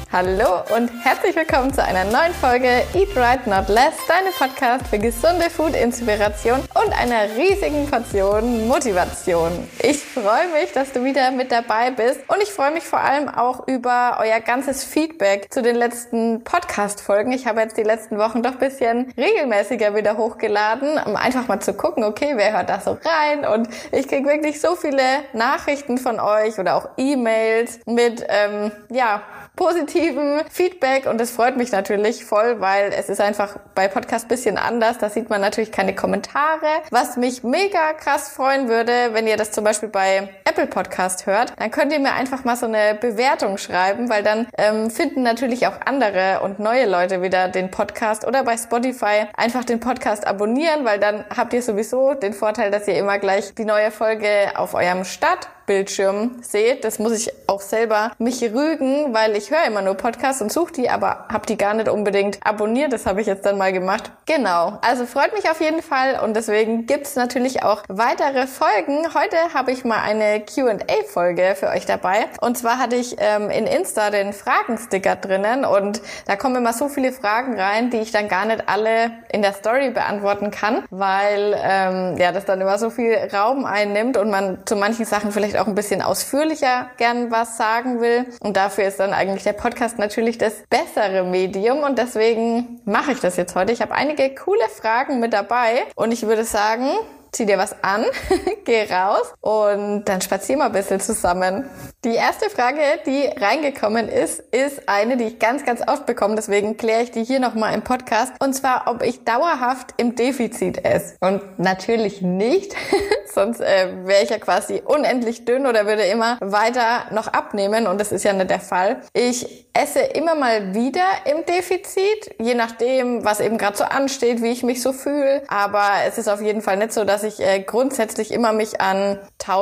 Hallo und herzlich willkommen zu einer neuen Folge Eat Right Not Less, deine Podcast für gesunde Food-Inspiration und einer riesigen Portion Motivation. Ich freue mich, dass du wieder mit dabei bist und ich freue mich vor allem auch über euer ganzes Feedback zu den letzten Podcast-Folgen. Ich habe jetzt die letzten Wochen doch ein bisschen regelmäßiger wieder hochgeladen, um einfach mal zu gucken, okay, wer hört da so rein, und ich kriege wirklich so viele Nachrichten von euch oder auch E-Mails mit, positiven Feedback, und das freut mich natürlich voll, weil es ist einfach bei Podcast ein bisschen anders. Da sieht man natürlich keine Kommentare. Was mich mega krass freuen würde, wenn ihr das zum Beispiel bei Apple Podcast hört, dann könnt ihr mir einfach mal so eine Bewertung schreiben, weil dann finden natürlich auch andere und neue Leute wieder den Podcast, oder bei Spotify einfach den Podcast abonnieren, weil dann habt ihr sowieso den Vorteil, dass ihr immer gleich die neue Folge auf eurem Startbildschirm seht. Das muss ich auch selber mich rügen, weil ich höre immer nur Podcasts und suche die, aber habe die gar nicht unbedingt abonniert. Das habe ich jetzt dann mal gemacht. Genau, also freut mich auf jeden Fall, und deswegen gibt's natürlich auch weitere Folgen. Heute habe ich mal eine Q&A-Folge für euch dabei, und zwar hatte ich in Insta den Fragensticker drinnen, und da kommen immer so viele Fragen rein, die ich dann gar nicht alle in der Story beantworten kann, weil das dann immer so viel Raum einnimmt und man zu manchen Sachen vielleicht auch ein bisschen ausführlicher gern was sagen will, und dafür ist dann eigentlich der Podcast natürlich das bessere Medium, und deswegen mache ich das jetzt heute. Ich habe einige coole Fragen mit dabei und ich würde sagen, zieh dir was an, geh raus und dann spazier mal ein bisschen zusammen. Die erste Frage, die reingekommen ist eine, die ich ganz, ganz oft bekomme, deswegen kläre ich die hier nochmal im Podcast, und zwar, ob ich dauerhaft im Defizit esse. Und natürlich nicht, sonst wäre ich ja quasi unendlich dünn oder würde immer weiter noch abnehmen, und das ist ja nicht der Fall. Ich esse immer mal wieder im Defizit, je nachdem, was eben gerade so ansteht, wie ich mich so fühle, aber es ist auf jeden Fall nicht so, dass ich grundsätzlich immer mich an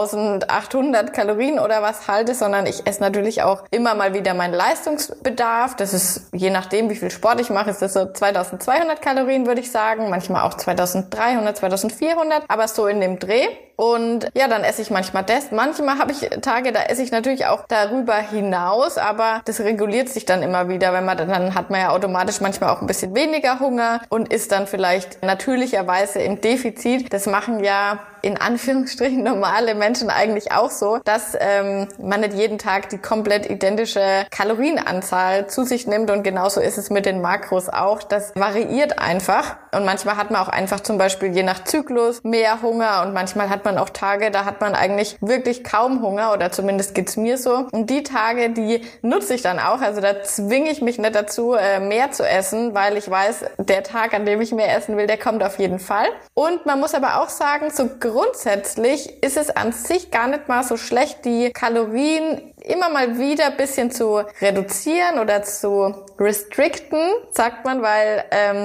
1800 Kalorien oder was halte, sondern ich esse natürlich auch immer mal wieder meinen Leistungsbedarf. Das ist, je nachdem, wie viel Sport ich mache, ist das so 2200 Kalorien, würde ich sagen. Manchmal auch 2300, 2400, aber so in dem Dreh. Und ja, dann esse ich manchmal das. Manchmal habe ich Tage, da esse ich natürlich auch darüber hinaus, aber das reguliert sich dann immer wieder, wenn man dann hat man ja automatisch manchmal auch ein bisschen weniger Hunger und ist dann vielleicht natürlicherweise im Defizit. Das machen ja in Anführungsstrichen normale Menschen eigentlich auch so, dass man nicht jeden Tag die komplett identische Kalorienanzahl zu sich nimmt, und genauso ist es mit den Makros auch. Das variiert einfach, und manchmal hat man auch einfach zum Beispiel je nach Zyklus mehr Hunger, und manchmal hat man auch Tage, da hat man eigentlich wirklich kaum Hunger, oder zumindest geht's mir so. Und die Tage, die nutze ich dann auch, also da zwinge ich mich nicht dazu, mehr zu essen, weil ich weiß, der Tag, an dem ich mehr essen will, der kommt auf jeden Fall. Und man muss aber auch sagen, so grundsätzlich ist es an sich gar nicht mal so schlecht, die Kalorien immer mal wieder ein bisschen zu reduzieren oder zu restricten, sagt man, weil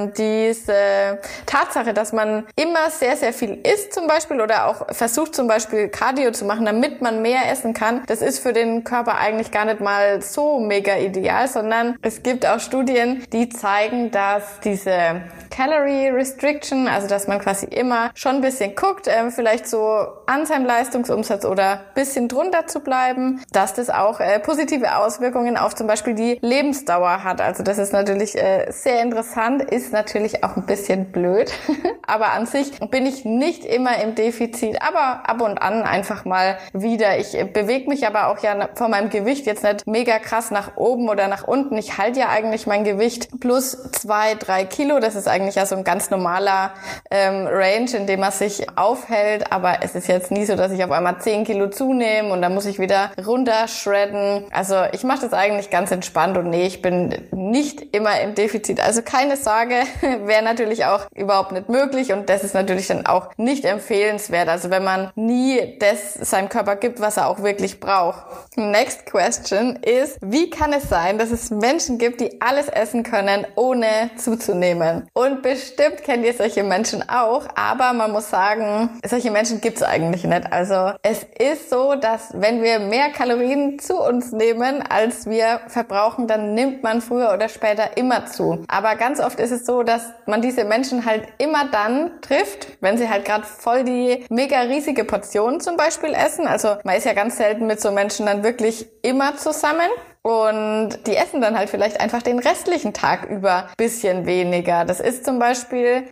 diese Tatsache, dass man immer sehr, sehr viel isst zum Beispiel oder auch versucht zum Beispiel Cardio zu machen, damit man mehr essen kann, das ist für den Körper eigentlich gar nicht mal so mega ideal, sondern es gibt auch Studien, die zeigen, dass diese Calorie Restriction, also dass man quasi immer schon ein bisschen guckt, vielleicht so an seinem Leistungsumsatz oder ein bisschen drunter zu bleiben, dass das auch positive Auswirkungen auf zum Beispiel die Lebensdauer hat. Also das ist natürlich sehr interessant, ist natürlich auch ein bisschen blöd, aber an sich bin ich nicht immer im Defizit, aber ab und an einfach mal wieder. Ich bewege mich aber auch ja von meinem Gewicht jetzt nicht mega krass nach oben oder nach unten. Ich halte ja eigentlich mein Gewicht plus 2-3 Kilo, das ist eigentlich ja so ein ganz normaler Range, in dem man sich aufhält, aber es ist jetzt nie so, dass ich auf einmal 10 Kilo zunehme und dann muss ich wieder runtershredden. Also ich mache das eigentlich ganz entspannt, und nee, ich bin nicht immer im Defizit. Also keine Sorge, wäre natürlich auch überhaupt nicht möglich, und das ist natürlich dann auch nicht empfehlenswert. Also wenn man nie das seinem Körper gibt, was er auch wirklich braucht. Next question ist, wie kann es sein, dass es Menschen gibt, die alles essen können, ohne zuzunehmen? Und bestimmt kennt ihr solche Menschen auch, aber man muss sagen, solche Menschen gibt es eigentlich nicht. Also es ist so, dass wenn wir mehr Kalorien zu uns nehmen, als wir verbrauchen, dann nimmt man früher oder später immer zu. Aber ganz oft ist es so, dass man diese Menschen halt immer dann trifft, wenn sie halt gerade voll die mega riesige Portion zum Beispiel essen. Also man ist ja ganz selten mit so Menschen dann wirklich immer zusammen. und die essen dann halt vielleicht einfach den restlichen Tag über bisschen weniger. Das ist zum Beispiel,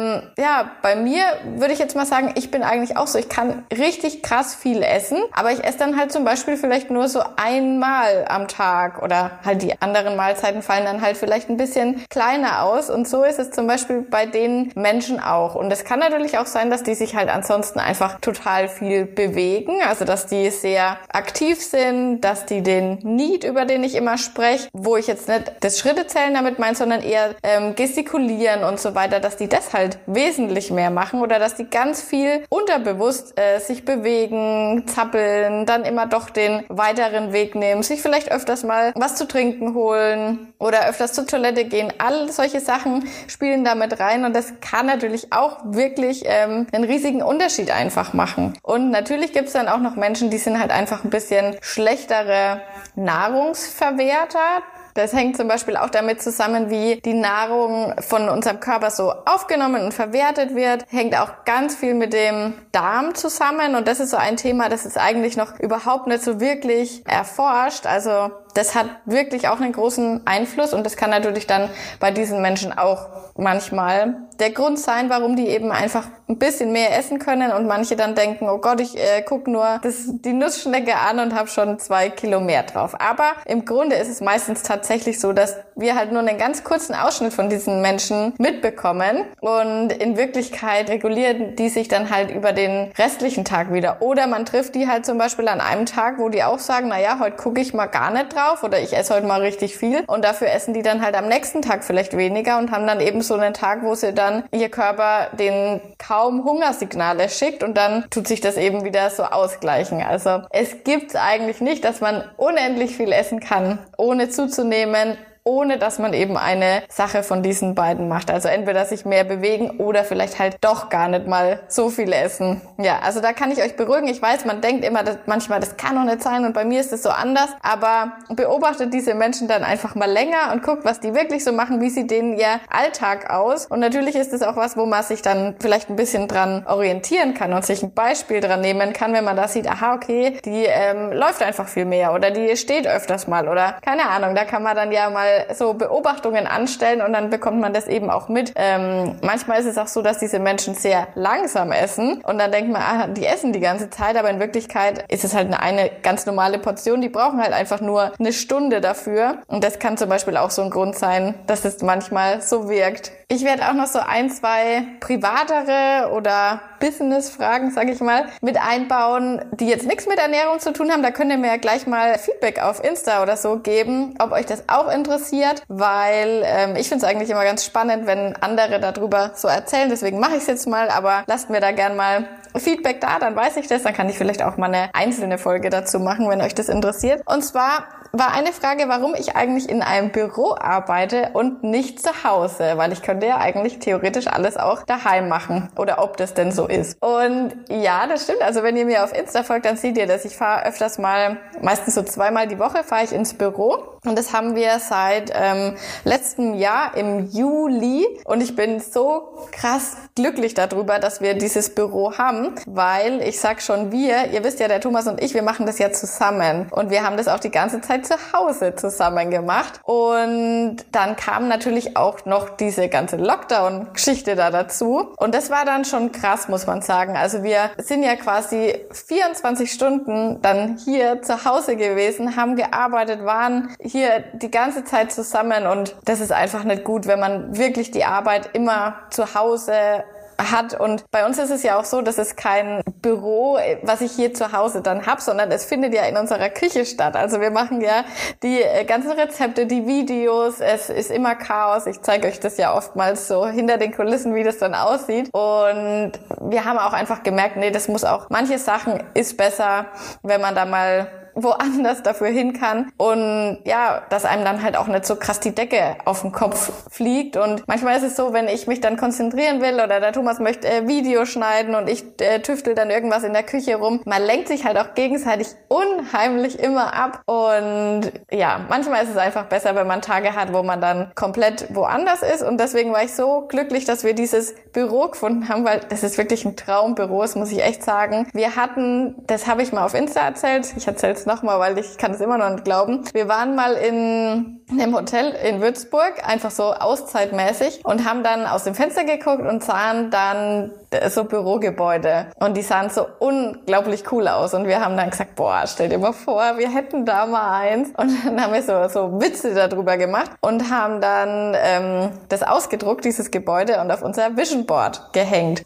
bei mir würde ich jetzt mal sagen, ich bin eigentlich auch so, ich kann richtig krass viel essen, aber ich esse dann halt zum Beispiel vielleicht nur so einmal am Tag oder halt die anderen Mahlzeiten fallen dann halt vielleicht ein bisschen kleiner aus und so ist es zum Beispiel bei den Menschen auch. Und es kann natürlich auch sein, dass die sich halt ansonsten einfach total viel bewegen, also dass die sehr aktiv sind, dass die den Need, über den ich immer spreche, wo ich jetzt nicht das Schrittezählen damit meine, sondern eher gestikulieren und so weiter, dass die das halt wesentlich mehr machen oder dass die ganz viel unterbewusst sich bewegen, zappeln, dann immer doch den weiteren Weg nehmen, sich vielleicht öfters mal was zu trinken holen oder öfters zur Toilette gehen. All solche Sachen spielen damit rein und das kann natürlich auch wirklich einen riesigen Unterschied einfach machen. Und natürlich gibt es dann auch noch Menschen, die sind halt einfach ein bisschen schlechtere Nahrungsverwerter. Das hängt zum Beispiel auch damit zusammen, wie die Nahrung von unserem Körper so aufgenommen und verwertet wird. Hängt auch ganz viel mit dem Darm zusammen und das ist so ein Thema, das ist eigentlich noch überhaupt nicht so wirklich erforscht. Also das hat wirklich auch einen großen Einfluss und das kann natürlich dann bei diesen Menschen auch manchmal der Grund sein, warum die eben einfach ein bisschen mehr essen können und manche dann denken, oh Gott, ich gucke nur die Nussschnecke an und habe schon 2 Kilo mehr drauf. Aber im Grunde ist es meistens tatsächlich so, dass wir halt nur einen ganz kurzen Ausschnitt von diesen Menschen mitbekommen und in Wirklichkeit regulieren die sich dann halt über den restlichen Tag wieder. Oder man trifft die halt zum Beispiel an einem Tag, wo die auch sagen, naja, heute gucke ich mal gar nicht drauf oder ich esse heute mal richtig viel und dafür essen die dann halt am nächsten Tag vielleicht weniger und haben dann eben so einen Tag, wo sie dann ihr Körper den kaum Hungersignale schickt und dann tut sich das eben wieder so ausgleichen. Also es gibt eigentlich nicht, dass man unendlich viel essen kann, ohne zuzunehmen, ohne dass man eben eine Sache von diesen beiden macht. Also entweder sich mehr bewegen oder vielleicht halt doch gar nicht mal so viel essen. Ja, also da kann ich euch beruhigen. Ich weiß, man denkt immer, dass manchmal, das kann doch nicht sein und bei mir ist es so anders. Aber beobachtet diese Menschen dann einfach mal länger und guckt, was die wirklich so machen, wie sieht denen ihr Alltag aus. Und natürlich ist es auch was, wo man sich dann vielleicht ein bisschen dran orientieren kann und sich ein Beispiel dran nehmen kann, wenn man da sieht, aha, okay, die läuft einfach viel mehr oder die steht öfters mal oder keine Ahnung, da kann man dann ja mal so Beobachtungen anstellen und dann bekommt man das eben auch mit. Manchmal ist es auch so, dass diese Menschen sehr langsam essen und dann denkt man, die essen die ganze Zeit, aber in Wirklichkeit ist es halt eine ganz normale Portion. Die brauchen halt einfach nur eine Stunde dafür und das kann zum Beispiel auch so ein Grund sein, dass es manchmal so wirkt. Ich werde auch noch so 1, 2 privatere oder Business-Fragen, sage ich mal, mit einbauen, die jetzt nichts mit Ernährung zu tun haben. Da könnt ihr mir ja gleich mal Feedback auf Insta oder so geben, ob euch das auch interessiert, weil ich finde es eigentlich immer ganz spannend, wenn andere darüber so erzählen. Deswegen mache ich es jetzt mal, aber lasst mir da gern mal Feedback da, dann weiß ich das. Dann kann ich vielleicht auch mal eine einzelne Folge dazu machen, wenn euch das interessiert. Und zwar war eine Frage, warum ich eigentlich in einem Büro arbeite und nicht zu Hause, weil ich könnte ja eigentlich theoretisch alles auch daheim machen oder ob das denn so ist. Und ja, das stimmt. Also wenn ihr mir auf Insta folgt, dann seht ihr, dass ich fahre öfters mal, meistens so 2-mal die Woche fahre ich ins Büro und das haben wir seit letztem Jahr im Juli und ich bin so krass glücklich darüber, dass wir dieses Büro haben, weil ich sag schon ihr wisst ja, der Thomas und ich, wir machen das ja zusammen und wir haben das auch die ganze Zeit zu Hause zusammen gemacht und dann kam natürlich auch noch diese ganze Lockdown-Geschichte da dazu und das war dann schon krass, muss man sagen. Also wir sind ja quasi 24 Stunden dann hier zu Hause gewesen, haben gearbeitet, waren hier die ganze Zeit zusammen und das ist einfach nicht gut, wenn man wirklich die Arbeit immer zu Hause hat. Und bei uns ist es ja auch so, dass es kein Büro, was ich hier zu Hause dann habe, sondern es findet ja in unserer Küche statt. Also wir machen ja die ganzen Rezepte, die Videos, es ist immer Chaos. Ich zeige euch das ja oftmals so hinter den Kulissen, wie das dann aussieht. Und wir haben auch einfach gemerkt, nee, das muss auch, manche Sachen ist besser, wenn man da mal woanders dafür hin kann und ja, dass einem dann halt auch nicht so krass die Decke auf den Kopf fliegt und manchmal ist es so, wenn ich mich dann konzentrieren will oder der Thomas möchte Video schneiden und ich tüftel dann irgendwas in der Küche rum, man lenkt sich halt auch gegenseitig unheimlich immer ab und ja, manchmal ist es einfach besser, wenn man Tage hat, wo man dann komplett woanders ist und deswegen war ich so glücklich, dass wir dieses Büro gefunden haben, weil das ist wirklich ein Traumbüro, das muss ich echt sagen. Wir hatten, das habe ich mal auf Insta erzählt, ich erzähle es nochmal, weil ich kann es immer noch nicht glauben. Wir waren mal in einem Hotel in Würzburg, einfach so auszeitmäßig und haben dann aus dem Fenster geguckt und sahen dann so Bürogebäude und die sahen so unglaublich cool aus und wir haben dann gesagt, boah, stell dir mal vor, wir hätten da mal eins und dann haben wir so Witze darüber gemacht und haben dann das ausgedruckt, dieses Gebäude und auf unser Vision Board gehängt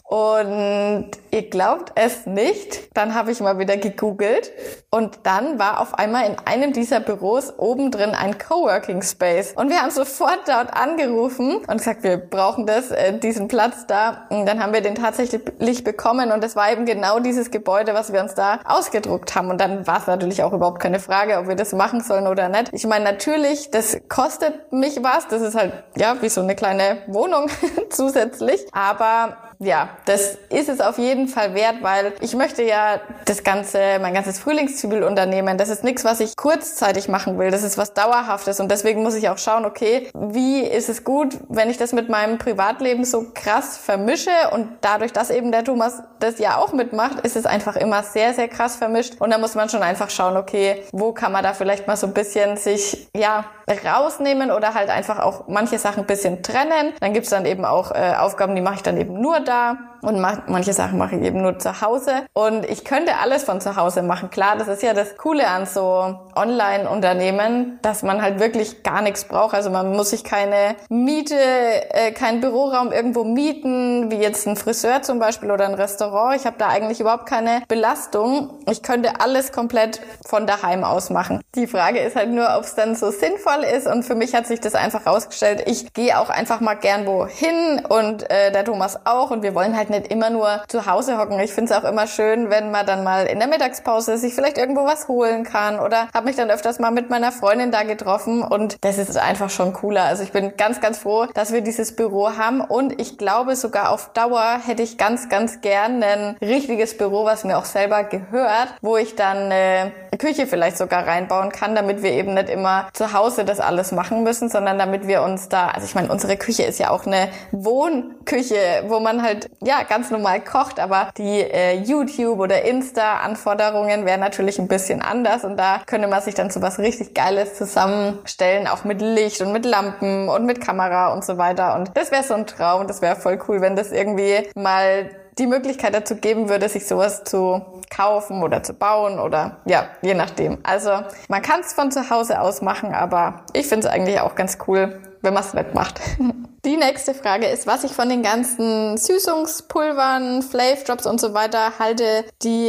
und ihr glaubt es nicht, dann habe ich mal wieder gegoogelt und dann war auf einmal in einem dieser Büros oben drin ein Coworking Space und wir haben sofort dort angerufen und gesagt, wir brauchen diesen Platz da und dann haben wir den tatsächlich bekommen und es war eben genau dieses Gebäude, was wir uns da ausgedruckt haben und dann war es natürlich auch überhaupt keine Frage, ob wir das machen sollen oder nicht. Ich meine, natürlich, das kostet mich was, das ist halt, ja, wie so eine kleine Wohnung zusätzlich, aber ja, das ist es auf jeden Fall wert, weil ich möchte ja mein ganzes Frühlingszwiebelunternehmen, das ist nichts, was ich kurzzeitig machen will, das ist was Dauerhaftes und deswegen muss ich auch schauen, okay, wie ist es gut, wenn ich das mit meinem Privatleben so krass vermische und dadurch, dass eben der Thomas das ja auch mitmacht, ist es einfach immer sehr, sehr krass vermischt und da muss man schon einfach schauen, okay, wo kann man da vielleicht mal so ein bisschen sich, ja, rausnehmen oder halt einfach auch manche Sachen ein bisschen trennen. Dann gibt's dann eben auch Aufgaben, die mache ich dann eben nur da und manche Sachen mache ich eben nur zu Hause und ich könnte alles von zu Hause machen. Klar, das ist ja das Coole an so Online-Unternehmen, dass man halt wirklich gar nichts braucht. Also man muss sich keine Miete, keinen Büroraum irgendwo mieten, wie jetzt ein Friseur zum Beispiel oder ein Restaurant. Ich habe da eigentlich überhaupt keine Belastung. Ich könnte alles komplett von daheim aus machen. Die Frage ist halt nur, ob es dann so sinnvoll ist und für mich hat sich das einfach rausgestellt. Ich gehe auch einfach mal gern wohin und der Thomas auch und wir wollen halt nicht immer nur zu Hause hocken. Ich finde es auch immer schön, wenn man dann mal in der Mittagspause sich vielleicht irgendwo was holen kann oder habe mich dann öfters mal mit meiner Freundin da getroffen und das ist einfach schon cooler. Also ich bin ganz, ganz froh, dass wir dieses Büro haben und ich glaube sogar auf Dauer hätte ich ganz, ganz gern ein richtiges Büro, was mir auch selber gehört, wo ich dann eine Küche vielleicht sogar reinbauen kann, damit wir eben nicht immer zu Hause das alles machen müssen, sondern damit wir uns da, also ich meine, unsere Küche ist ja auch eine Wohnküche, wo man halt, ja, ganz normal kocht, aber die YouTube- oder Insta-Anforderungen wären natürlich ein bisschen anders und da könnte man sich dann so was richtig Geiles zusammenstellen, auch mit Licht und mit Lampen und mit Kamera und so weiter und das wäre so ein Traum, das wäre voll cool, wenn das irgendwie mal die Möglichkeit dazu geben würde, sich sowas zu kaufen oder zu bauen oder ja, je nachdem. Also man kann es von zu Hause aus machen, aber ich finde es eigentlich auch ganz cool, wenn man es nicht macht. Die nächste Frage ist, was ich von den ganzen Süßungspulvern, Flav Drops und so weiter halte, die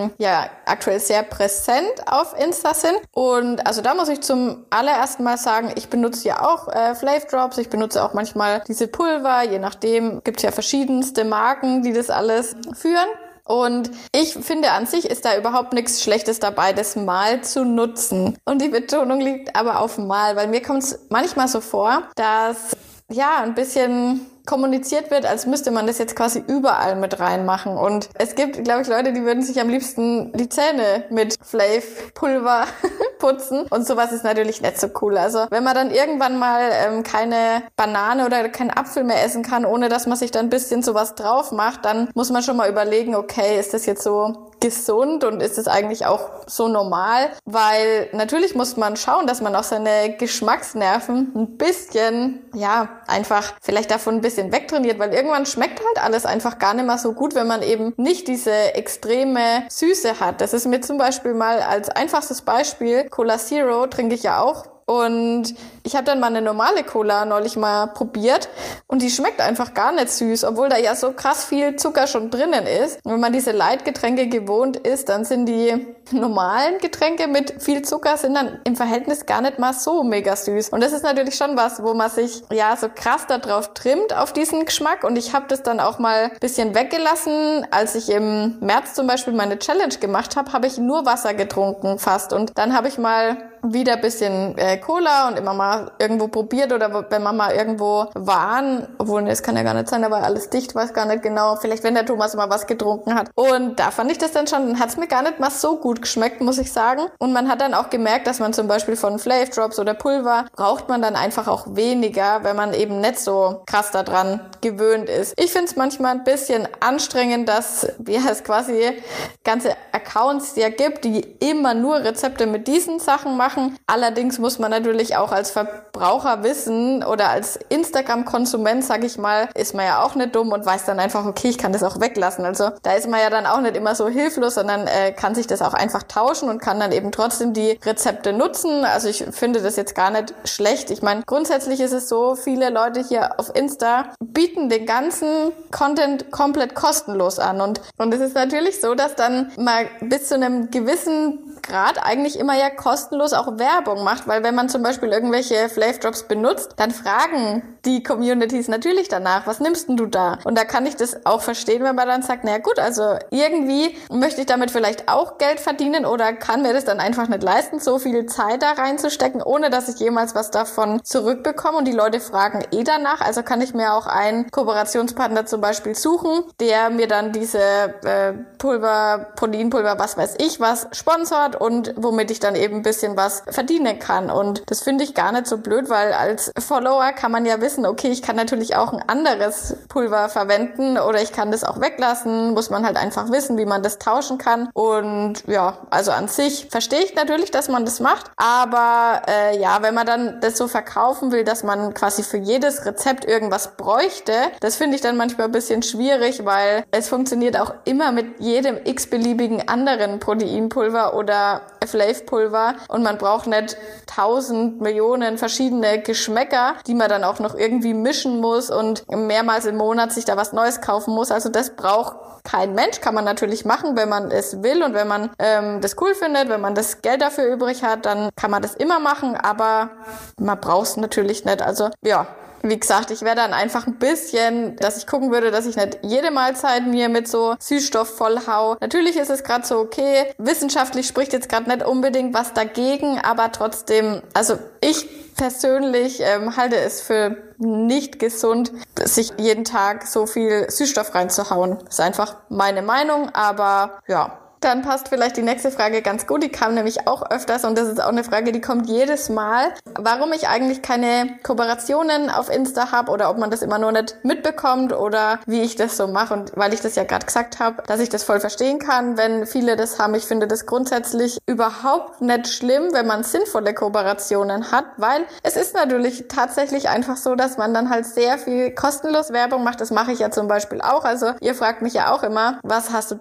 ja aktuell sehr präsent auf Insta sind. Und also da muss ich zum allerersten Mal sagen, ich benutze ja auch Flav Drops, ich benutze auch manchmal diese Pulver, je nachdem gibt es ja verschiedenste Marken, die das alles führen. Und ich finde, an sich ist da überhaupt nichts Schlechtes dabei, das mal zu nutzen. Und die Betonung liegt aber auf mal, weil mir kommt es manchmal so vor, dass ja ein bisschen kommuniziert wird, als müsste man das jetzt quasi überall mit reinmachen. Und es gibt, glaube ich, Leute, die würden sich am liebsten die Zähne mit Flav-Pulver putzen. Und sowas ist natürlich nicht so cool. Also wenn man dann irgendwann mal keine Banane oder keinen Apfel mehr essen kann, ohne dass man sich dann ein bisschen sowas drauf macht, dann muss man schon mal überlegen, okay, ist das jetzt so gesund und ist es eigentlich auch so normal? Weil natürlich muss man schauen, dass man auch seine Geschmacksnerven ein bisschen, ja, einfach vielleicht davon ein bisschen wegtrainiert, weil irgendwann schmeckt halt alles einfach gar nicht mehr so gut, wenn man eben nicht diese extreme Süße hat. Das ist mir zum Beispiel mal als einfachstes Beispiel, Cola Zero trinke ich ja auch. Und ich habe dann mal eine normale Cola neulich mal probiert und die schmeckt einfach gar nicht süß, obwohl da ja so krass viel Zucker schon drinnen ist. Und wenn man diese Light-Getränke gewohnt ist, dann sind die normalen Getränke mit viel Zucker sind dann im Verhältnis gar nicht mal so mega süß. Und das ist natürlich schon was, wo man sich ja so krass da drauf trimmt auf diesen Geschmack. Und ich habe das dann auch mal ein bisschen weggelassen. Als ich im März zum Beispiel meine Challenge gemacht habe, habe ich nur Wasser getrunken fast. Und dann habe ich mal wieder ein bisschen Cola und immer mal irgendwo probiert oder wenn wir mal irgendwo waren, obwohl das kann ja gar nicht sein, da war alles dicht, weiß gar nicht genau, vielleicht wenn der Thomas mal was getrunken hat. Und da fand ich das dann schon, dann hat es mir gar nicht mal so gut geschmeckt, muss ich sagen. Und man hat dann auch gemerkt, dass man zum Beispiel von Flav Drops oder Pulver braucht man dann einfach auch weniger, wenn man eben nicht so krass daran gewöhnt ist. Ich finde es manchmal ein bisschen anstrengend, dass es quasi ganze Accounts ja gibt, die immer nur Rezepte mit diesen Sachen machen. Allerdings muss man natürlich auch als Verbraucher wissen oder als Instagram-Konsument, sag ich mal, ist man ja auch nicht dumm und weiß dann einfach, okay, ich kann das auch weglassen. Also da ist man ja dann auch nicht immer so hilflos, sondern kann sich das auch einfach tauschen und kann dann eben trotzdem die Rezepte nutzen. Also ich finde das jetzt gar nicht schlecht. Ich meine, grundsätzlich ist es so, viele Leute hier auf Insta bieten den ganzen Content komplett kostenlos an. Und es ist natürlich so, dass dann mal bis zu einem gewissen Grad eigentlich immer ja kostenlos auch Werbung macht, weil wenn man zum Beispiel irgendwelche Flav Drops benutzt, dann fragen die Communities natürlich danach, was nimmst denn du da? Und da kann ich das auch verstehen, wenn man dann sagt, naja gut, also irgendwie möchte ich damit vielleicht auch Geld verdienen oder kann mir das dann einfach nicht leisten, so viel Zeit da reinzustecken, ohne dass ich jemals was davon zurückbekomme und die Leute fragen danach, also kann ich mir auch einen Kooperationspartner zum Beispiel suchen, der mir dann diese Pulver, Proteinpulver, was weiß ich was, sponsort und womit ich dann eben ein bisschen was verdienen kann. Und das finde ich gar nicht so blöd, weil als Follower kann man ja wissen, okay, ich kann natürlich auch ein anderes Pulver verwenden oder ich kann das auch weglassen, muss man halt einfach wissen, wie man das tauschen kann. Und ja, also an sich verstehe ich natürlich, dass man das macht, aber wenn man dann das so verkaufen will, dass man quasi für jedes Rezept irgendwas bräuchte, das finde ich dann manchmal ein bisschen schwierig, weil es funktioniert auch immer mit jedem x-beliebigen anderen Proteinpulver oder Flav-Pulver und man braucht nicht 1000 Millionen verschiedene Geschmäcker, die man dann auch noch irgendwie mischen muss und mehrmals im Monat sich da was Neues kaufen muss. Also das braucht kein Mensch, kann man natürlich machen, wenn man es will und wenn man das cool findet, wenn man das Geld dafür übrig hat, dann kann man das immer machen, aber man braucht es natürlich nicht. Also ja, wie gesagt, ich wäre dann einfach ein bisschen, dass ich gucken würde, dass ich nicht jede Mahlzeit mir mit so Süßstoff vollhau. Natürlich ist es gerade so okay, wissenschaftlich spricht jetzt gerade nicht unbedingt was dagegen, aber trotzdem, also ich persönlich halte es für nicht gesund, sich jeden Tag so viel Süßstoff reinzuhauen. Das ist einfach meine Meinung, aber ja. Dann passt vielleicht die nächste Frage ganz gut. Die kam nämlich auch öfters und das ist auch eine Frage, die kommt jedes Mal. Warum ich eigentlich keine Kooperationen auf Insta habe oder ob man das immer nur nicht mitbekommt oder wie ich das so mache. Und weil ich das ja gerade gesagt habe, dass ich das voll verstehen kann, wenn viele das haben. Ich finde das grundsätzlich überhaupt nicht schlimm, wenn man sinnvolle Kooperationen hat, weil es ist natürlich tatsächlich einfach so, dass man dann halt sehr viel kostenlos Werbung macht. Das mache ich ja zum Beispiel auch. Also ihr fragt mich ja auch immer, was hast du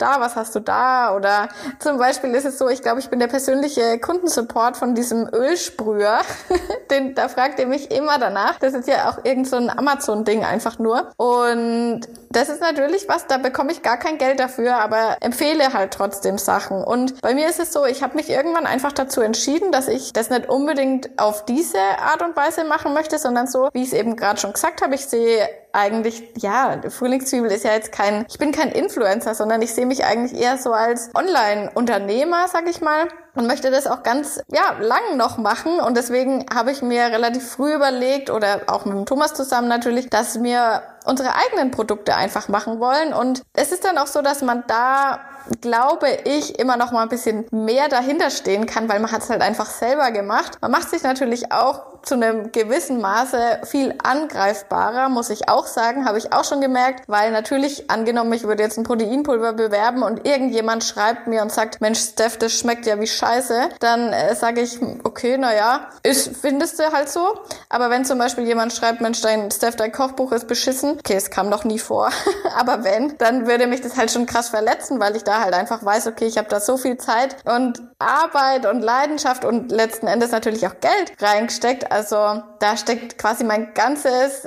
da oder zum Beispiel ist es so, ich glaube, ich bin der persönliche Kundensupport von diesem Ölsprüher. Da fragt ihr mich immer danach. Das ist ja auch irgend so ein Amazon-Ding einfach nur. Und das ist natürlich was, da bekomme ich gar kein Geld dafür, aber empfehle halt trotzdem Sachen. Und bei mir ist es so, ich habe mich irgendwann einfach dazu entschieden, dass ich das nicht unbedingt auf diese Art und Weise machen möchte, sondern so, wie ich es eben gerade schon gesagt habe. Ich sehe eigentlich, ja, Frühlingszwiebel ist ja jetzt ich bin kein Influencer, sondern ich sehe mich eigentlich eher so als Online-Unternehmer, sag ich mal. Und möchte das auch ganz, lang noch machen. Und deswegen habe ich mir relativ früh überlegt, oder auch mit dem Thomas zusammen natürlich, dass wir unsere eigenen Produkte einfach machen wollen. Und es ist dann auch so, dass man da, glaube ich, immer noch mal ein bisschen mehr dahinter stehen kann, weil man hat es halt einfach selber gemacht. Man macht sich natürlich auch zu einem gewissen Maße viel angreifbarer, muss ich auch sagen, habe ich auch schon gemerkt, weil natürlich, angenommen, ich würde jetzt ein Proteinpulver bewerben und irgendjemand schreibt mir und sagt, Mensch, Steph, das schmeckt ja wie Scheiße, dann sage ich, okay, findest du halt so. Aber wenn zum Beispiel jemand schreibt, Mensch, Steph, dein Kochbuch ist beschissen, okay, es kam noch nie vor, aber wenn, dann würde mich das halt schon krass verletzen, weil ich da halt einfach weiß, okay, ich habe da so viel Zeit und Arbeit und Leidenschaft und letzten Endes natürlich auch Geld reingesteckt. Also da steckt quasi mein ganzes,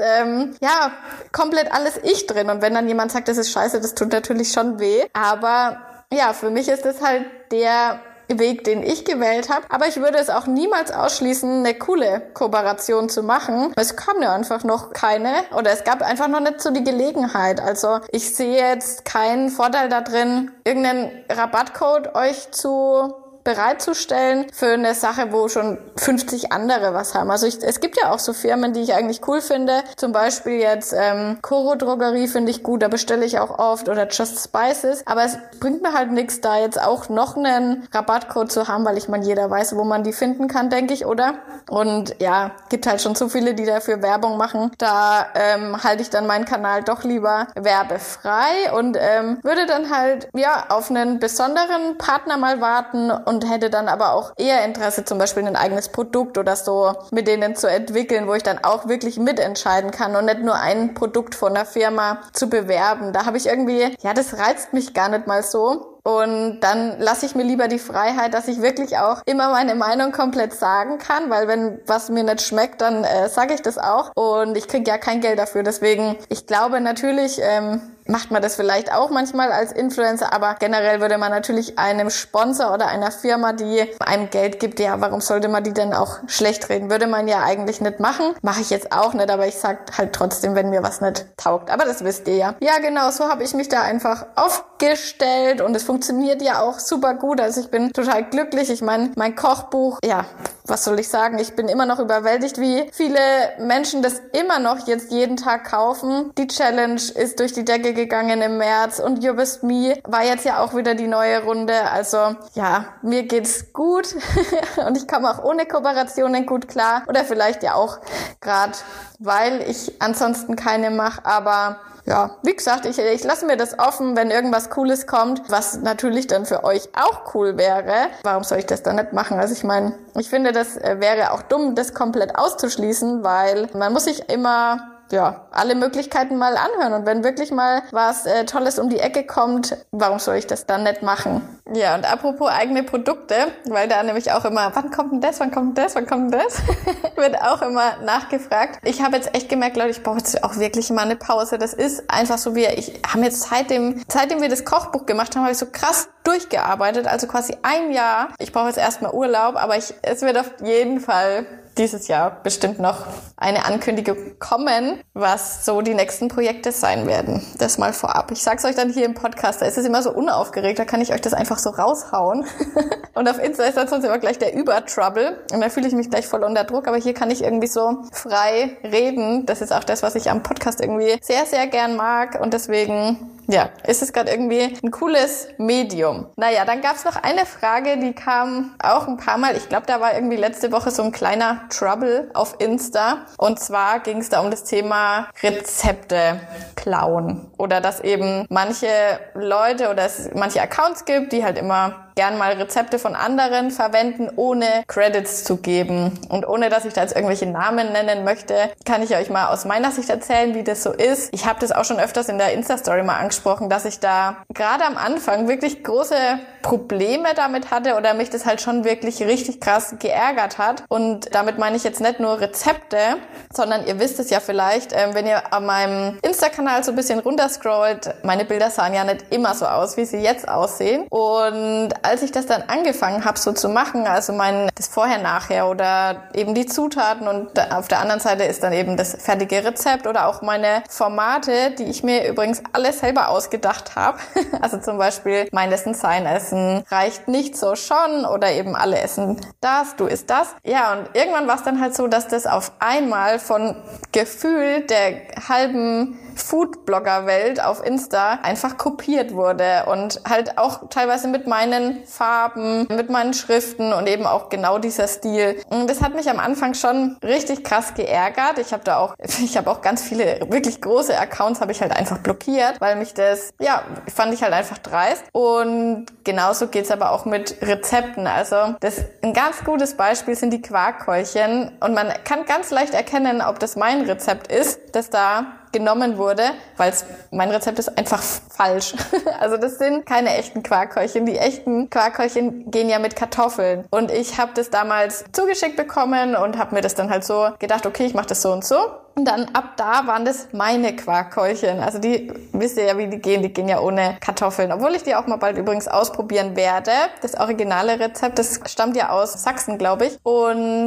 komplett alles ich drin. Und wenn dann jemand sagt, das ist scheiße, das tut natürlich schon weh. Aber ja, für mich ist das halt der Weg, den ich gewählt habe. Aber ich würde es auch niemals ausschließen, eine coole Kooperation zu machen. Es kam ja einfach noch keine oder es gab einfach noch nicht so die Gelegenheit. Also ich sehe jetzt keinen Vorteil da drin, irgendeinen Rabattcode euch zu bereitzustellen für eine Sache, wo schon 50 andere was haben. Also es gibt ja auch so Firmen, die ich eigentlich cool finde. Zum Beispiel jetzt Coro Drogerie finde ich gut, da bestelle ich auch oft, oder Just Spices. Aber es bringt mir halt nichts, da jetzt auch noch einen Rabattcode zu haben, weil ich meine, jeder weiß, wo man die finden kann, denke ich, oder? Und ja, gibt halt schon so viele, die dafür Werbung machen. Da halte ich dann meinen Kanal doch lieber werbefrei und würde dann halt ja auf einen besonderen Partner mal warten und hätte dann aber auch eher Interesse, zum Beispiel ein eigenes Produkt oder so mit denen zu entwickeln, wo ich dann auch wirklich mitentscheiden kann und nicht nur ein Produkt von der Firma zu bewerben. Da habe ich irgendwie, ja, das reizt mich gar nicht mal so. Und dann lasse ich mir lieber die Freiheit, dass ich wirklich auch immer meine Meinung komplett sagen kann, weil wenn was mir nicht schmeckt, dann sage ich das auch. Und ich kriege ja kein Geld dafür. Deswegen, ich glaube natürlich, macht man das vielleicht auch manchmal als Influencer, aber generell würde man natürlich einem Sponsor oder einer Firma, die einem Geld gibt, ja, warum sollte man die denn auch schlecht reden? Würde man ja eigentlich nicht machen. Mache ich jetzt auch nicht, aber ich sag halt trotzdem, wenn mir was nicht taugt. Aber das wisst ihr ja. Ja, genau, so habe ich mich da einfach aufgestellt und es funktioniert ja auch super gut. Also ich bin total glücklich. Ich meine, mein Kochbuch, ja, was soll ich sagen? Ich bin immer noch überwältigt, wie viele Menschen das immer noch jetzt jeden Tag kaufen. Die Challenge ist durch die Decke gegangen im März und You Best Me war jetzt ja auch wieder die neue Runde. Also ja, mir geht's gut und ich komme auch ohne Kooperationen gut klar. Oder vielleicht ja auch gerade, weil ich ansonsten keine mache, aber ja, wie gesagt, ich lasse mir das offen, wenn irgendwas Cooles kommt, was natürlich dann für euch auch cool wäre. Warum soll ich das dann nicht machen? Also ich meine, ich finde, das wäre auch dumm, das komplett auszuschließen, weil man muss sich immer alle Möglichkeiten mal anhören. Und wenn wirklich mal was Tolles um die Ecke kommt, warum soll ich das dann nicht machen? Ja, und apropos eigene Produkte, weil da nämlich auch immer, wann kommt denn das, wann kommt das, wann kommt denn das? Wird auch immer nachgefragt. Ich habe jetzt echt gemerkt, Leute, ich brauche jetzt auch wirklich mal eine Pause. Das ist einfach so, ich habe jetzt seitdem wir das Kochbuch gemacht haben, habe ich so krass durchgearbeitet, also quasi ein Jahr. Ich brauche jetzt erstmal Urlaub, aber es wird auf jeden Fall dieses Jahr bestimmt noch eine Ankündigung kommen, was so die nächsten Projekte sein werden. Das mal vorab. Ich sag's euch dann hier im Podcast, da ist es immer so unaufgeregt, da kann ich euch das einfach so raushauen. Und auf Insta ist dann sonst immer gleich der Übertrouble und da fühle ich mich gleich voll unter Druck, aber hier kann ich irgendwie so frei reden. Das ist auch das, was ich am Podcast irgendwie sehr, sehr gern mag und deswegen ja, ist es gerade irgendwie ein cooles Medium. Naja, dann gab's noch eine Frage, die kam auch ein paar Mal. Ich glaube, da war irgendwie letzte Woche so ein kleiner Trouble auf Insta. Und zwar ging es da um das Thema Rezepte klauen. Oder dass eben manche Leute oder es manche Accounts gibt, die halt immer gern mal Rezepte von anderen verwenden, ohne Credits zu geben. Und ohne, dass ich da jetzt irgendwelche Namen nennen möchte, kann ich euch mal aus meiner Sicht erzählen, wie das so ist. Ich habe das auch schon öfters in der Insta-Story mal angesprochen, dass ich da gerade am Anfang wirklich große Probleme damit hatte oder mich das halt schon wirklich richtig krass geärgert hat. Und damit meine ich jetzt nicht nur Rezepte, sondern ihr wisst es ja vielleicht, wenn ihr an meinem Insta-Kanal so ein bisschen runterscrollt, meine Bilder sahen ja nicht immer so aus, wie sie jetzt aussehen. Und als ich das dann angefangen habe so zu machen, also das Vorher-Nachher oder eben die Zutaten und auf der anderen Seite ist dann eben das fertige Rezept oder auch meine Formate, die ich mir übrigens alle selber ausgedacht habe. Also zum Beispiel mein Essen, sein Essen reicht nicht so schon oder eben alle essen das, du isst das. Ja, und irgendwann war es dann halt so, dass das auf einmal von Gefühl der halben Food-Blogger-Welt auf Insta einfach kopiert wurde und halt auch teilweise mit meinen Farben, mit meinen Schriften und eben auch genau dieser Stil. Und das hat mich am Anfang schon richtig krass geärgert. Ich habe auch ganz viele wirklich große Accounts habe ich halt einfach blockiert, weil mich das, fand ich halt einfach dreist. Und genauso geht's aber auch mit Rezepten. Also ein ganz gutes Beispiel sind die Quarkkeulchen und man kann ganz leicht erkennen, ob das mein Rezept ist, das da genommen wurde, weil mein Rezept ist einfach falsch. Also das sind keine echten Quarkkeulchen. Die echten Quarkkeulchen gehen ja mit Kartoffeln. Und ich habe das damals zugeschickt bekommen und habe mir das dann halt so gedacht, okay, ich mache das so und so. Und dann ab da waren das meine Quarkkeulchen. Also die, wisst ihr ja, wie die gehen ja ohne Kartoffeln. Obwohl ich die auch mal bald übrigens ausprobieren werde. Das originale Rezept, das stammt ja aus Sachsen, glaube ich. Und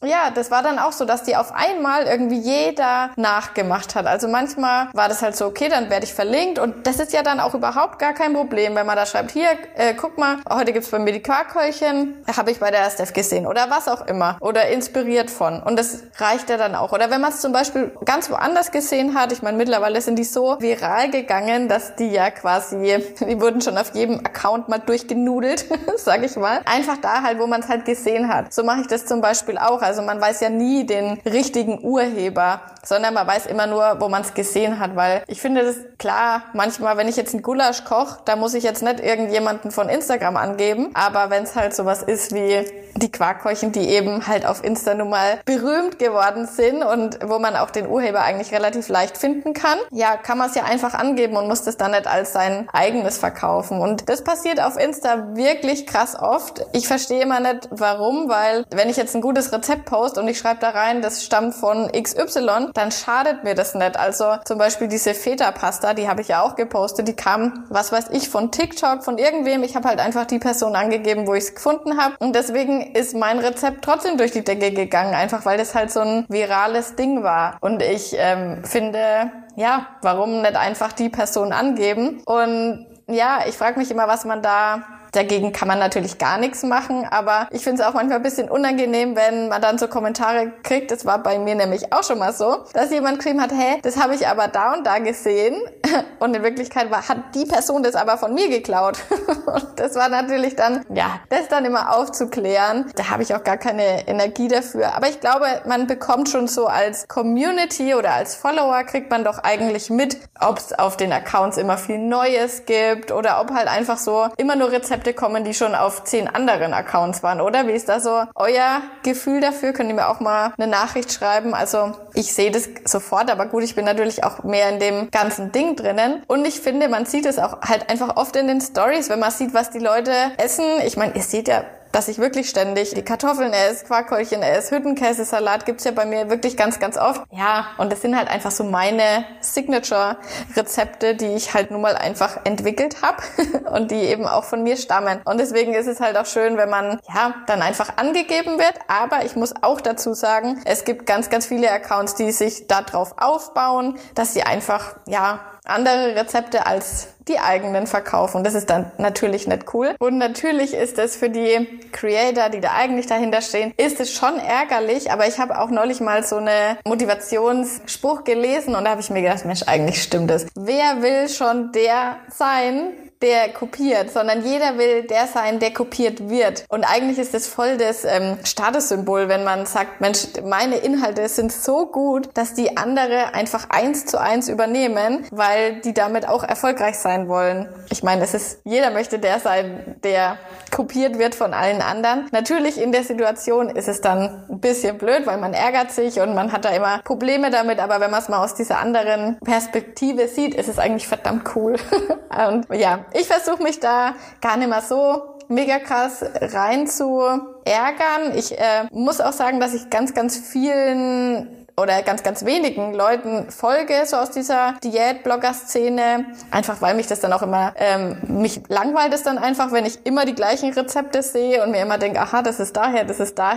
ja, das war dann auch so, dass die auf einmal irgendwie jeder nachgemacht hat. Also manchmal war das halt so, okay, dann werde ich verlinkt und das ist ja dann auch überhaupt gar kein Problem, wenn man da schreibt, hier, guck mal, heute gibt's bei mir die Quarkhäulchen, habe ich bei der Steph gesehen oder was auch immer oder inspiriert von und das reicht ja dann auch. Oder wenn man es zum Beispiel ganz woanders gesehen hat, ich meine, mittlerweile sind die so viral gegangen, dass die ja quasi, die wurden schon auf jedem Account mal durchgenudelt, sag ich mal. Einfach da halt, wo man es halt gesehen hat. So mache ich das zum Beispiel auch. Also man weiß ja nie den richtigen Urheber, sondern man weiß immer nur, wo man es gesehen hat, weil ich finde das klar, manchmal, wenn ich jetzt einen Gulasch koche, da muss ich jetzt nicht irgendjemanden von Instagram angeben, aber wenn es halt sowas ist wie die Quarkhäulchen, die eben halt auf Insta nun mal berühmt geworden sind und wo man auch den Urheber eigentlich relativ leicht finden kann, ja, kann man es ja einfach angeben und muss das dann nicht als sein eigenes verkaufen. Und das passiert auf Insta wirklich krass oft. Ich verstehe immer nicht, warum, weil wenn ich jetzt ein gutes Rezept poste und ich schreibe da rein, das stammt von XY, dann schadet mir das nicht. Also zum Beispiel diese Feta-Pasta, die habe ich ja auch gepostet, die kam, was weiß ich, von TikTok, von irgendwem. Ich habe halt einfach die Person angegeben, wo ich es gefunden habe. Und deswegen ist mein Rezept trotzdem durch die Decke gegangen, einfach weil das halt so ein virales Ding war. Und ich finde, ja, warum nicht einfach die Person angeben? Und ja, ich frage mich immer, was man da... Dagegen kann man natürlich gar nichts machen, aber ich finde es auch manchmal ein bisschen unangenehm, wenn man dann so Kommentare kriegt. Das war bei mir nämlich auch schon mal so, dass jemand geschrieben hat, hey, das habe ich aber da und da gesehen und in Wirklichkeit hat die Person das aber von mir geklaut. Und das war natürlich dann, ja, das dann immer aufzuklären. Da habe ich auch gar keine Energie dafür. Aber ich glaube, man bekommt schon so als Community oder als Follower kriegt man doch eigentlich mit, ob es auf den Accounts immer viel Neues gibt oder ob halt einfach so immer nur Rezepte kommen, die schon auf 10 anderen Accounts waren, oder? Wie ist da so euer Gefühl dafür? Könnt ihr mir auch mal eine Nachricht schreiben? Also ich sehe das sofort, aber gut, ich bin natürlich auch mehr in dem ganzen Ding drinnen. Und ich finde, man sieht es auch halt einfach oft in den Stories, wenn man sieht, was die Leute essen. Ich meine, ihr seht ja, dass ich wirklich ständig die Kartoffeln esse, Quarkhäulchen esse, Hüttenkäsesalat gibt's ja bei mir wirklich ganz, ganz oft. Ja, und das sind halt einfach so meine Signature-Rezepte, die ich halt nun mal einfach entwickelt habe und die eben auch von mir stammen. Und deswegen ist es halt auch schön, wenn man ja dann einfach angegeben wird. Aber ich muss auch dazu sagen, es gibt ganz, ganz viele Accounts, die sich darauf aufbauen, dass sie einfach ja andere Rezepte als die eigenen verkaufen. Das ist dann natürlich nicht cool. Und natürlich ist es für die Creator, die da eigentlich dahinter stehen, ist es schon ärgerlich. Aber ich habe auch neulich mal so eine Motivationsspruch gelesen und da habe ich mir gedacht, Mensch, eigentlich stimmt es. Wer will schon der sein, der kopiert, sondern jeder will der sein, der kopiert wird. Und eigentlich ist das voll das Statussymbol, wenn man sagt, Mensch, meine Inhalte sind so gut, dass die andere einfach 1:1 übernehmen, weil die damit auch erfolgreich sein wollen. Ich meine, jeder möchte der sein, der kopiert wird von allen anderen. Natürlich in der Situation ist es dann ein bisschen blöd, weil man ärgert sich und man hat da immer Probleme damit, aber wenn man es mal aus dieser anderen Perspektive sieht, ist es eigentlich verdammt cool. Und ja, ich versuche mich da gar nicht mehr so mega krass rein zu ärgern. Ich muss auch sagen, dass ich ganz, ganz vielen oder ganz, ganz wenigen Leuten folge, so aus dieser Diät-Blogger-Szene, einfach weil mich das dann auch immer, mich langweilt es dann einfach, wenn ich immer die gleichen Rezepte sehe und mir immer denke, aha, das ist daher.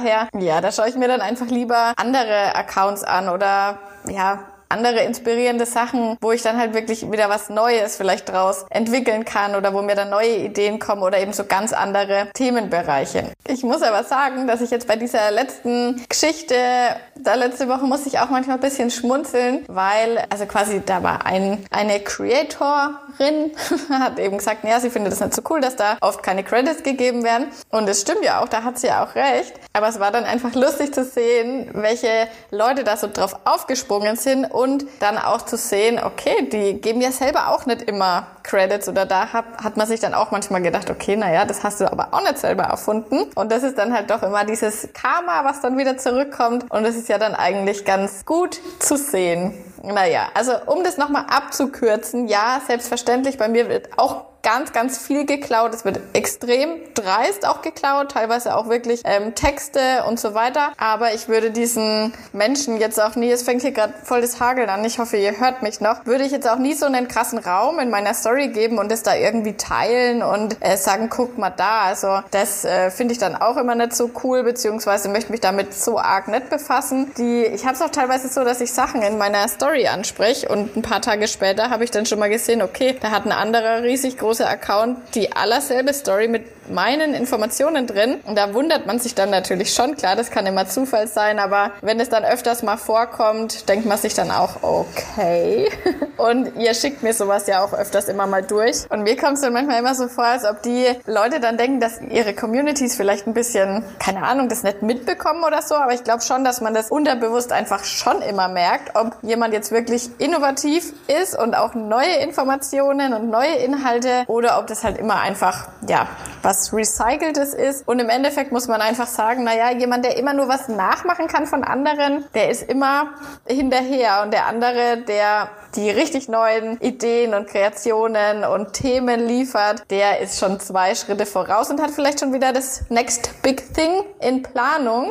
Ja, da schaue ich mir dann einfach lieber andere Accounts an oder ja, andere inspirierende Sachen, wo ich dann halt wirklich wieder was Neues vielleicht draus entwickeln kann oder wo mir dann neue Ideen kommen oder eben so ganz andere Themenbereiche. Ich muss aber sagen, dass ich jetzt bei dieser letzten Geschichte, da letzte Woche musste ich auch manchmal ein bisschen schmunzeln, weil, also quasi da war eine Creatorin, hat eben gesagt, ja, sie findet das nicht so cool, dass da oft keine Credits gegeben werden. Und es stimmt ja auch, da hat sie ja auch recht. Aber es war dann einfach lustig zu sehen, welche Leute da so drauf aufgesprungen sind und dann auch zu sehen, okay, die geben ja selber auch nicht immer Credits oder da hat man sich dann auch manchmal gedacht, okay, naja, das hast du aber auch nicht selber erfunden. Und das ist dann halt doch immer dieses Karma, was dann wieder zurückkommt und das ist ja dann eigentlich ganz gut zu sehen. Naja, also um das nochmal abzukürzen, ja, selbstverständlich, bei mir wird auch ganz, ganz viel geklaut. Es wird extrem dreist auch geklaut, teilweise auch wirklich Texte und so weiter. Aber ich würde diesen Menschen jetzt auch nie, es fängt hier gerade voll das Hageln an, ich hoffe, ihr hört mich noch, würde ich jetzt auch nie so einen krassen Raum in meiner Story geben und es da irgendwie teilen und sagen, guck mal da. Also das finde ich dann auch immer nicht so cool, beziehungsweise möchte mich damit so arg nicht befassen. Ich habe es auch teilweise so, dass ich Sachen in meiner Story anspreche und ein paar Tage später habe ich dann schon mal gesehen, okay, da hat ein anderer riesig großer Account die allerselbe Story mit meinen Informationen drin. Und da wundert man sich dann natürlich schon. Klar, das kann immer Zufall sein, aber wenn es dann öfters mal vorkommt, denkt man sich dann auch, okay. Und ihr schickt mir sowas ja auch öfters immer mal durch. Und mir kommt es dann manchmal immer so vor, als ob die Leute dann denken, dass ihre Communities vielleicht ein bisschen, keine Ahnung, das nicht mitbekommen oder so. Aber ich glaube schon, dass man das unterbewusst einfach schon immer merkt, ob jemand jetzt wirklich innovativ ist und auch neue Informationen und neue Inhalte oder ob das halt immer einfach, ja, was Recyceltes ist. Und im Endeffekt muss man einfach sagen, naja, jemand, der immer nur was nachmachen kann von anderen, der ist immer hinterher. Und der andere, der die richtig neuen Ideen und Kreationen und Themen liefert, der ist schon 2 Schritte voraus und hat vielleicht schon wieder das Next Big Thing in Planung.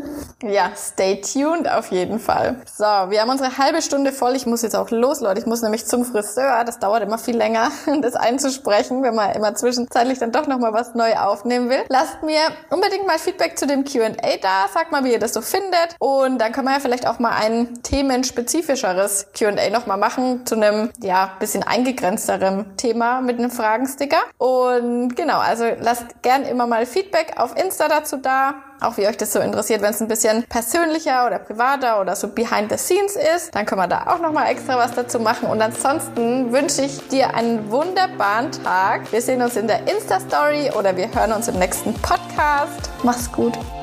Ja, stay tuned auf jeden Fall. So, wir haben unsere halbe Stunde voll. Ich muss jetzt auch los, Leute. Ich muss nämlich zum Friseur. Das dauert immer viel länger, das einzusprechen, wenn man immer zwischenzeitlich dann doch nochmal was neu aufnehmen will. Lasst mir unbedingt mal Feedback zu dem Q&A da. Sagt mal, wie ihr das so findet. Und dann können wir ja vielleicht auch mal ein themenspezifischeres Q&A nochmal machen zu einem, ja, bisschen eingegrenzterem Thema mit einem Fragensticker. Und genau, also lasst gern immer mal Feedback auf Insta dazu da. Auch wie euch das so interessiert, wenn es ein bisschen persönlicher oder privater oder so behind the scenes ist, dann können wir da auch nochmal extra was dazu machen. Und ansonsten wünsche ich dir einen wunderbaren Tag. Wir sehen uns in der Insta-Story oder wir hören uns im nächsten Podcast. Mach's gut.